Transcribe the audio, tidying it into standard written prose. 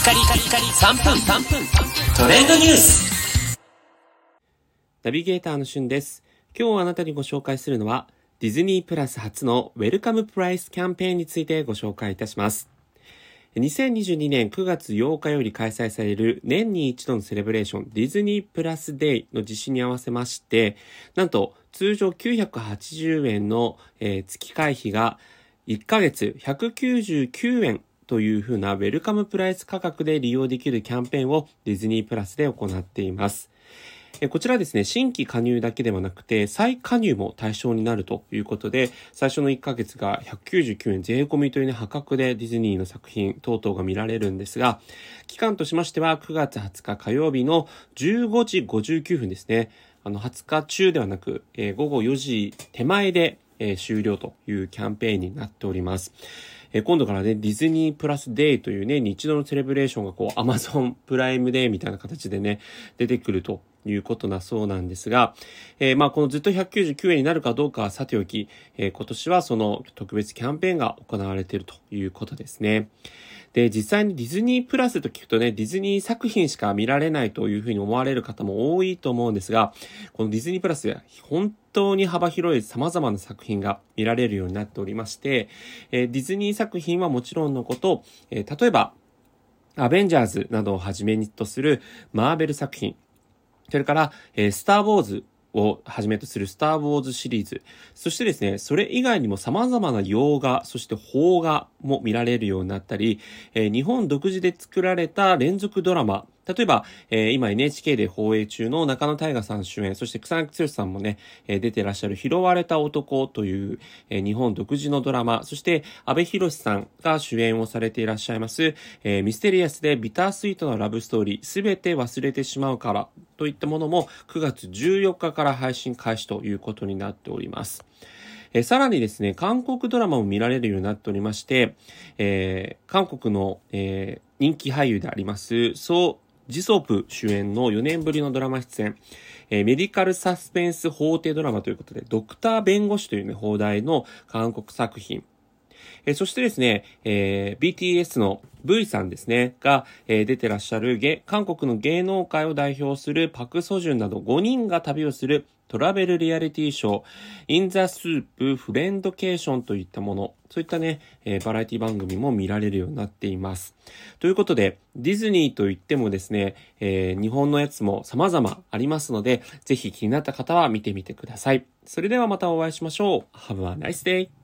カリカリカリ3分トレンドニュース。 ナビゲーターのしゅんです。今日あなたにご紹介するのはディズニープラス初のウェルカムプライスキャンペーンについてご紹介いたします。2022年9月8日より開催される年に一度のセレブレーションディズニープラスデイの実施に合わせまして、なんと通常980円の月会費が1ヶ月199円というふうなウェルカムプライス価格で利用できるキャンペーンをディズニープラスで行っています。こちらですね、新規加入だけではなくて再加入も対象になるということで、最初の1ヶ月が199円税込みという、破格でディズニーの作品等々が見られるんですが、期間としましては9月20日火曜日の15時59分ですね。20日中ではなく、午後4時手前で、終了というキャンペーンになっております。今度からね、ディズニープラスデイというね、一度のセレブレーションがAmazon プライムデーみたいな形でね、出てくるということだそうなんですが、このずっと199円になるかどうかはさておき、今年はその特別キャンペーンが行われているということですね。で、実際にディズニープラスと聞くとね、ディズニー作品しか見られないというふうに思われる方も多いと思うんですが、このディズニープラスで本当に幅広い様々な作品が見られるようになっておりまして、ディズニー作品はもちろんのこと、例えば、アベンジャーズなどをはじめとするマーベル作品、それから、スター・ウォーズをはじめとするスター・ウォーズシリーズ、そしてですね、それ以外にも様々な洋画、そして邦画も見られるようになったり、日本独自で作られた連続ドラマ、例えば、今 NHK で放映中の中野大河さん主演、そして草薙剛さんもね、出てらっしゃる拾われた男という、日本独自のドラマ、そして阿部寛さんが主演をされていらっしゃいます、ミステリアスでビタースイートなラブストーリー、すべて忘れてしまうからといったものも9月14日から配信開始ということになっております。さらにですね、韓国ドラマも見られるようになっておりまして、韓国の、人気俳優でありますソ・ジソプ主演の4年ぶりのドラマ出演、メディカルサスペンス法廷ドラマということで、ドクター弁護士というね、放題の韓国作品。そしてですね、BTS の V さんですね、が、出てらっしゃる韓国の芸能界を代表するパク・ソジュンなど5人が旅をするトラベルリアリティショー、インザスープフレンドケーションといったもの、そういったね、バラエティ番組も見られるようになっています。ということで、ディズニーといってもですね、日本のやつも様々ありますので、ぜひ気になった方は見てみてください。それではまたお会いしましょう。Have a nice day!